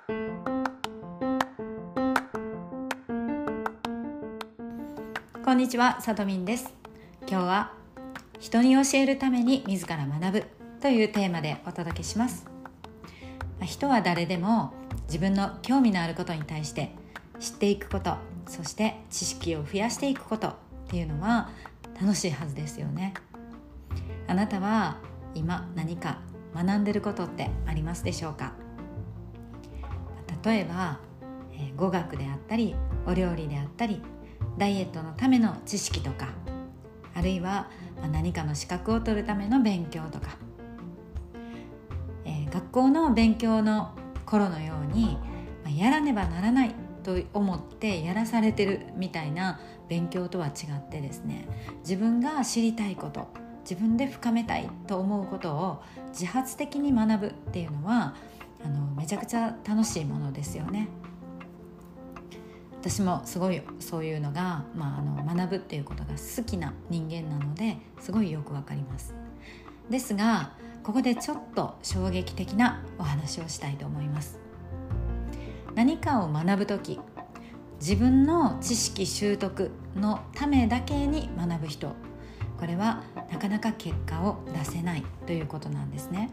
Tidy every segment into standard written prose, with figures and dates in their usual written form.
こんにちは、さとみんです。今日は人に教えるために自ら学ぶというテーマでお届けします。人は誰でも自分の興味のあることに対して知っていくこと、そして知識を増やしていくことっていうのは楽しいはずですよね。あなたは今何か学んでることってありますでしょうか？例えば語学であったり、お料理であったり、ダイエットのための知識とか、あるいは何かの資格を取るための勉強とか、学校の勉強の頃のようにやらねばならないと思ってやらされてるみたいな勉強とは違ってですね、自分が知りたいこと、自分で深めたいと思うことを自発的に学ぶっていうのはめちゃくちゃ楽しいものですよね。私もすごいそういうのが、学ぶっていうことが好きな人間なのですごいよくわかります。ですがここでちょっと衝撃的なお話をしたいと思います。何かを学ぶとき、自分の知識習得のためだけに学ぶ人、これはなかなか結果を出せないということなんですね。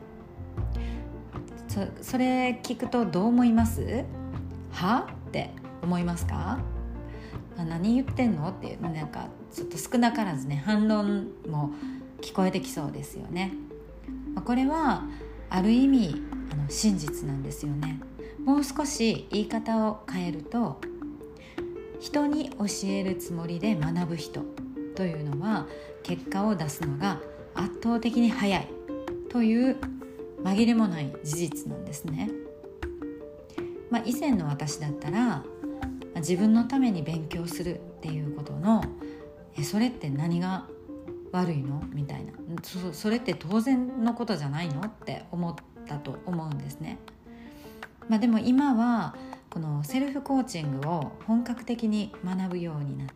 それ聞くとどう思います？は？って思いますか？何言ってんのっていう、なんかちょっと少なからずね、反論も聞こえてきそうですよね。これはある意味真実なんですよね。もう少し言い方を変えると、人に教えるつもりで学ぶ人というのは結果を出すのが圧倒的に早いという紛れもない事実なんですね。以前の私だったら自分のために勉強するっていうことのそれって何が悪いのみたいな、それって当然のことじゃないのって思ったと思うんですね。でも今はこのセルフコーチングを本格的に学ぶようになって、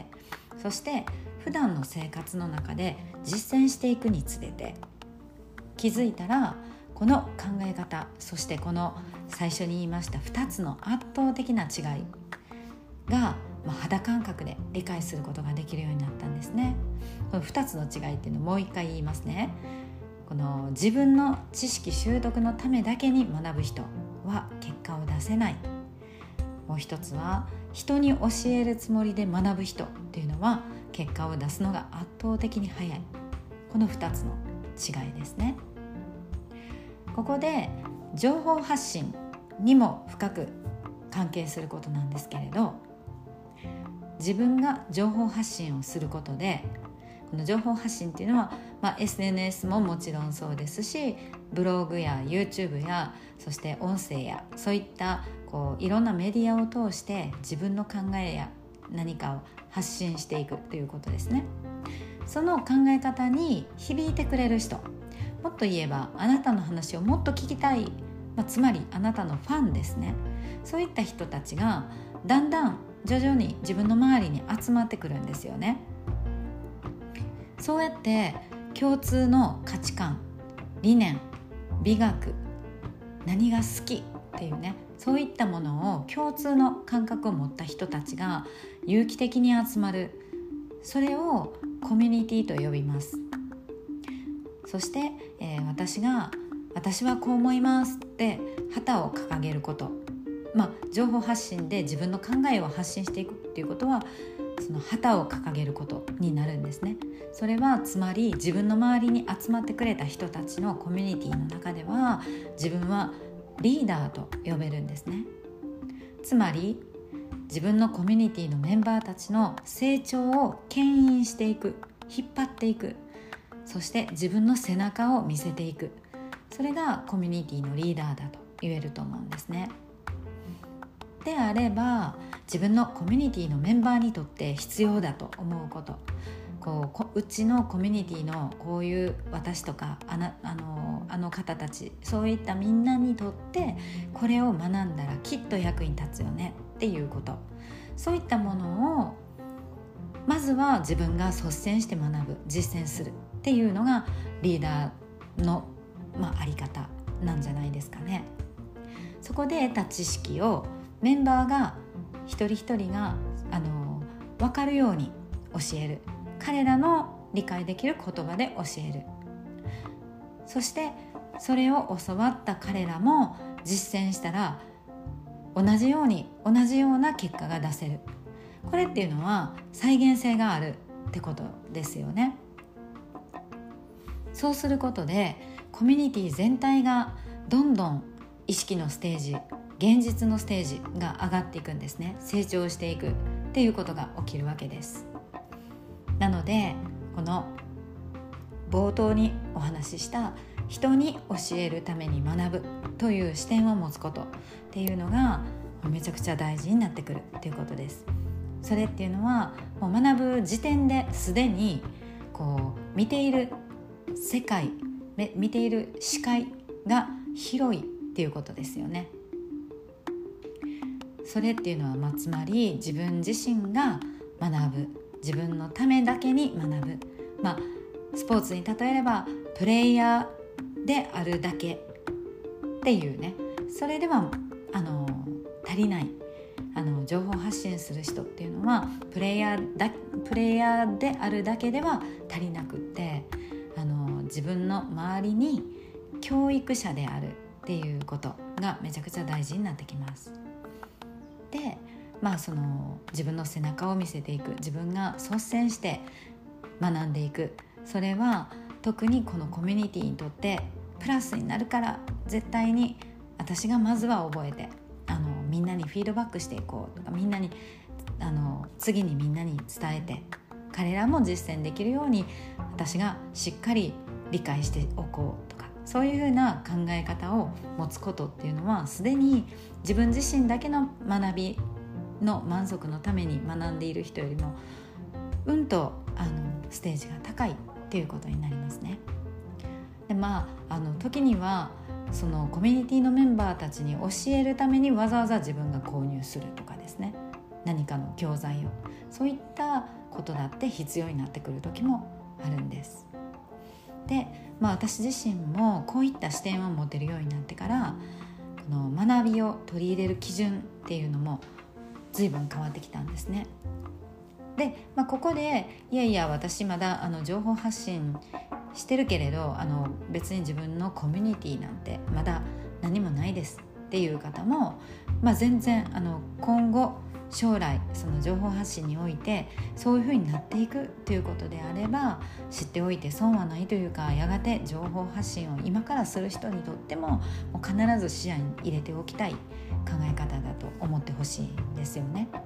そして普段の生活の中で実践していくにつれて気づいたら、この考え方、そしてこの最初に言いました2つの圧倒的な違いが、肌感覚で理解することができるようになったんですね。この2つの違いっていうのをもう一回言いますね。この自分の知識習得のためだけに学ぶ人は結果を出せない。もう一つは人に教えるつもりで学ぶ人っていうのは結果を出すのが圧倒的に早い。この2つの違いですね。ここで情報発信にも深く関係することなんですけれど、自分が情報発信をすることで、この情報発信っていうのは、SNS ももちろんそうですし、ブログや YouTube やそして音声やそういったいろんなメディアを通して自分の考えや何かを発信していくということですね。その考え方に響いてくれる人、もっと言えばあなたの話をもっと聞きたい、つまりあなたのファンですね。そういった人たちがだんだん徐々に自分の周りに集まってくるんですよね。そうやって共通の価値観、理念、美学、何が好きっていうね、そういったものを共通の感覚を持った人たちが有機的に集まる。それをコミュニティと呼びます。そして、私はこう思いますって旗を掲げること、情報発信で自分の考えを発信していくっていうことは、その旗を掲げることになるんですね。それはつまり自分の周りに集まってくれた人たちのコミュニティの中では自分はリーダーと呼べるんですね。つまり自分のコミュニティのメンバーたちの成長を牽引していく、引っ張っていく、そして自分の背中を見せていく、それがコミュニティのリーダーだと言えると思うんですね。であれば自分のコミュニティのメンバーにとって必要だと思うこと、うちのコミュニティのこういう私とかあの方たち、そういったみんなにとってこれを学んだらきっと役に立つよねっていうこと、そういったものをまずは自分が率先して学ぶ、実践するっていうのがリーダーの、あり方なんじゃないですかね。 そこで得た知識をメンバーが一人一人が分かるように教える。彼らの理解できる言葉で教える。そしてそれを教わった彼らも実践したら同じような結果が出せる。これっていうのは再現性があるってことですよね。そうすることでコミュニティ全体がどんどん意識のステージ、現実のステージが上がっていくんですね。成長していくっていうことが起きるわけです。なのでこの冒頭にお話しした人に教えるために学ぶという視点を持つことっていうのがめちゃくちゃ大事になってくるっていうことです。それっていうのはもう学ぶ時点ですでに見ている世界、見ている視界が広いっていうことですよね。それっていうのはつまり自分自身が学ぶ、自分のためだけに学ぶ、スポーツに例えればプレイヤーであるだけっていうね、それでは足りない。情報発信する人っていうのはプレイヤーであるだけでは足りなくって、自分の周りに教育者であるっていうことがめちゃくちゃ大事になってきます。で、自分の背中を見せていく、自分が率先して学んでいく、それは特にこのコミュニティにとってプラスになるから、絶対に私がまずは覚えてみんなにフィードバックしていこうとか、みんなに次にみんなに伝えて、彼らも実践できるように私がしっかり理解しておこうとか、そういうふうな考え方を持つことっていうのはすでに自分自身だけの学びの満足のために学んでいる人よりもステージが高いっていうことになりますね。で時にはそのコミュニティのメンバーたちに教えるためにわざわざ自分が購入するとかですね、何かの教材を、そういったことだって必要になってくる時もあるんです。で、私自身もこういった視点を持てるようになってから、この学びを取り入れる基準っていうのも随分変わってきたんですね。で、ここでいや私まだ情報発信してるけれど別に自分のコミュニティなんてまだ何もないですっていう方も、全然今後将来その情報発信においてそういう風になっていくということであれば、知っておいて損はないというか、やがて情報発信を今からする人にとっても必ず視野に入れておきたい考え方だと思ってほしいんですよね。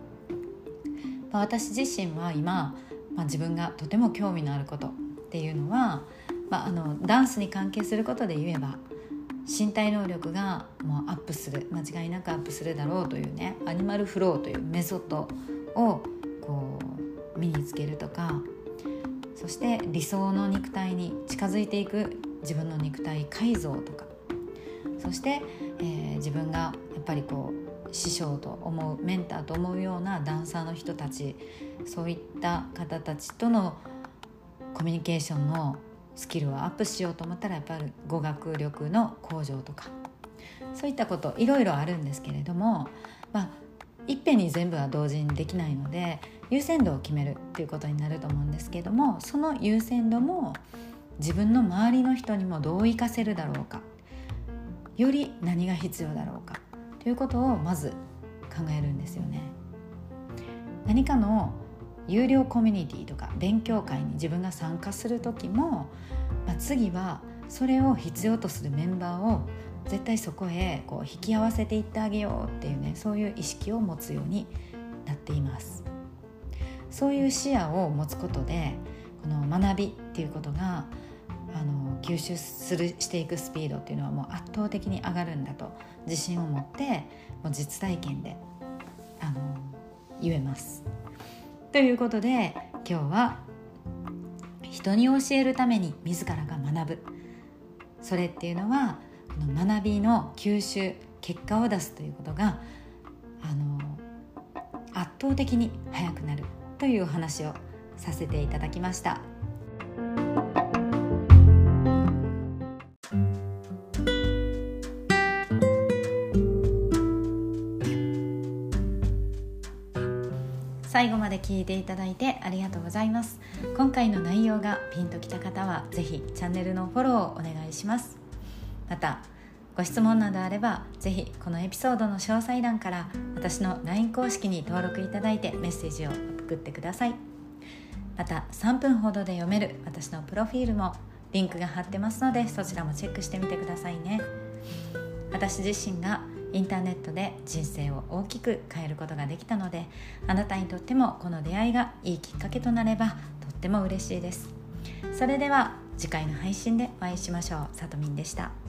私自身は今、自分がとても興味のあることっていうのは、ダンスに関係することで言えば身体能力がもうアップする、間違いなくアップするだろうというね、アニマルフローというメソッドを身につけるとか、そして理想の肉体に近づいていく自分の肉体改造とか、そして、自分がやっぱり師匠と思う、メンターと思うようなダンサーの人たち、そういった方たちとのコミュニケーションのスキルをアップしようと思ったら、やっぱり語学力の向上とか、そういったこといろいろあるんですけれども、いっぺんに全部は同時にできないので優先度を決めるっていうことになると思うんですけれども、その優先度も自分の周りの人にもどう活かせるだろうか、より何が必要だろうかということをまず考えるんですよね。何かの有料コミュニティとか勉強会に自分が参加する時も、次はそれを必要とするメンバーを絶対そこへ引き合わせていってあげようっていうね、そういう意識を持つようになっています。そういう視野を持つことで、この学びっていうことが吸収していくスピードっていうのはもう圧倒的に上がるんだと自信を持って、もう実体験で言えます。ということで今日は人に教えるために自らが学ぶ、それっていうのはこの学びの吸収、結果を出すということが圧倒的に早くなるというお話をさせていただきました。 最後まで聞いていただいてありがとうございます。今回の内容がピンときた方はぜひチャンネルのフォローをお願いします。またご質問などあればぜひこのエピソードの詳細欄から私の LINE 公式に登録いただいてメッセージを送ってください。また3分ほどで読める私のプロフィールもリンクが貼ってますので、そちらもチェックしてみてくださいね。私自身がインターネットで人生を大きく変えることができたので、あなたにとってもこの出会いがいいきっかけとなればとっても嬉しいです。それでは次回の配信でお会いしましょう。さとみんでした。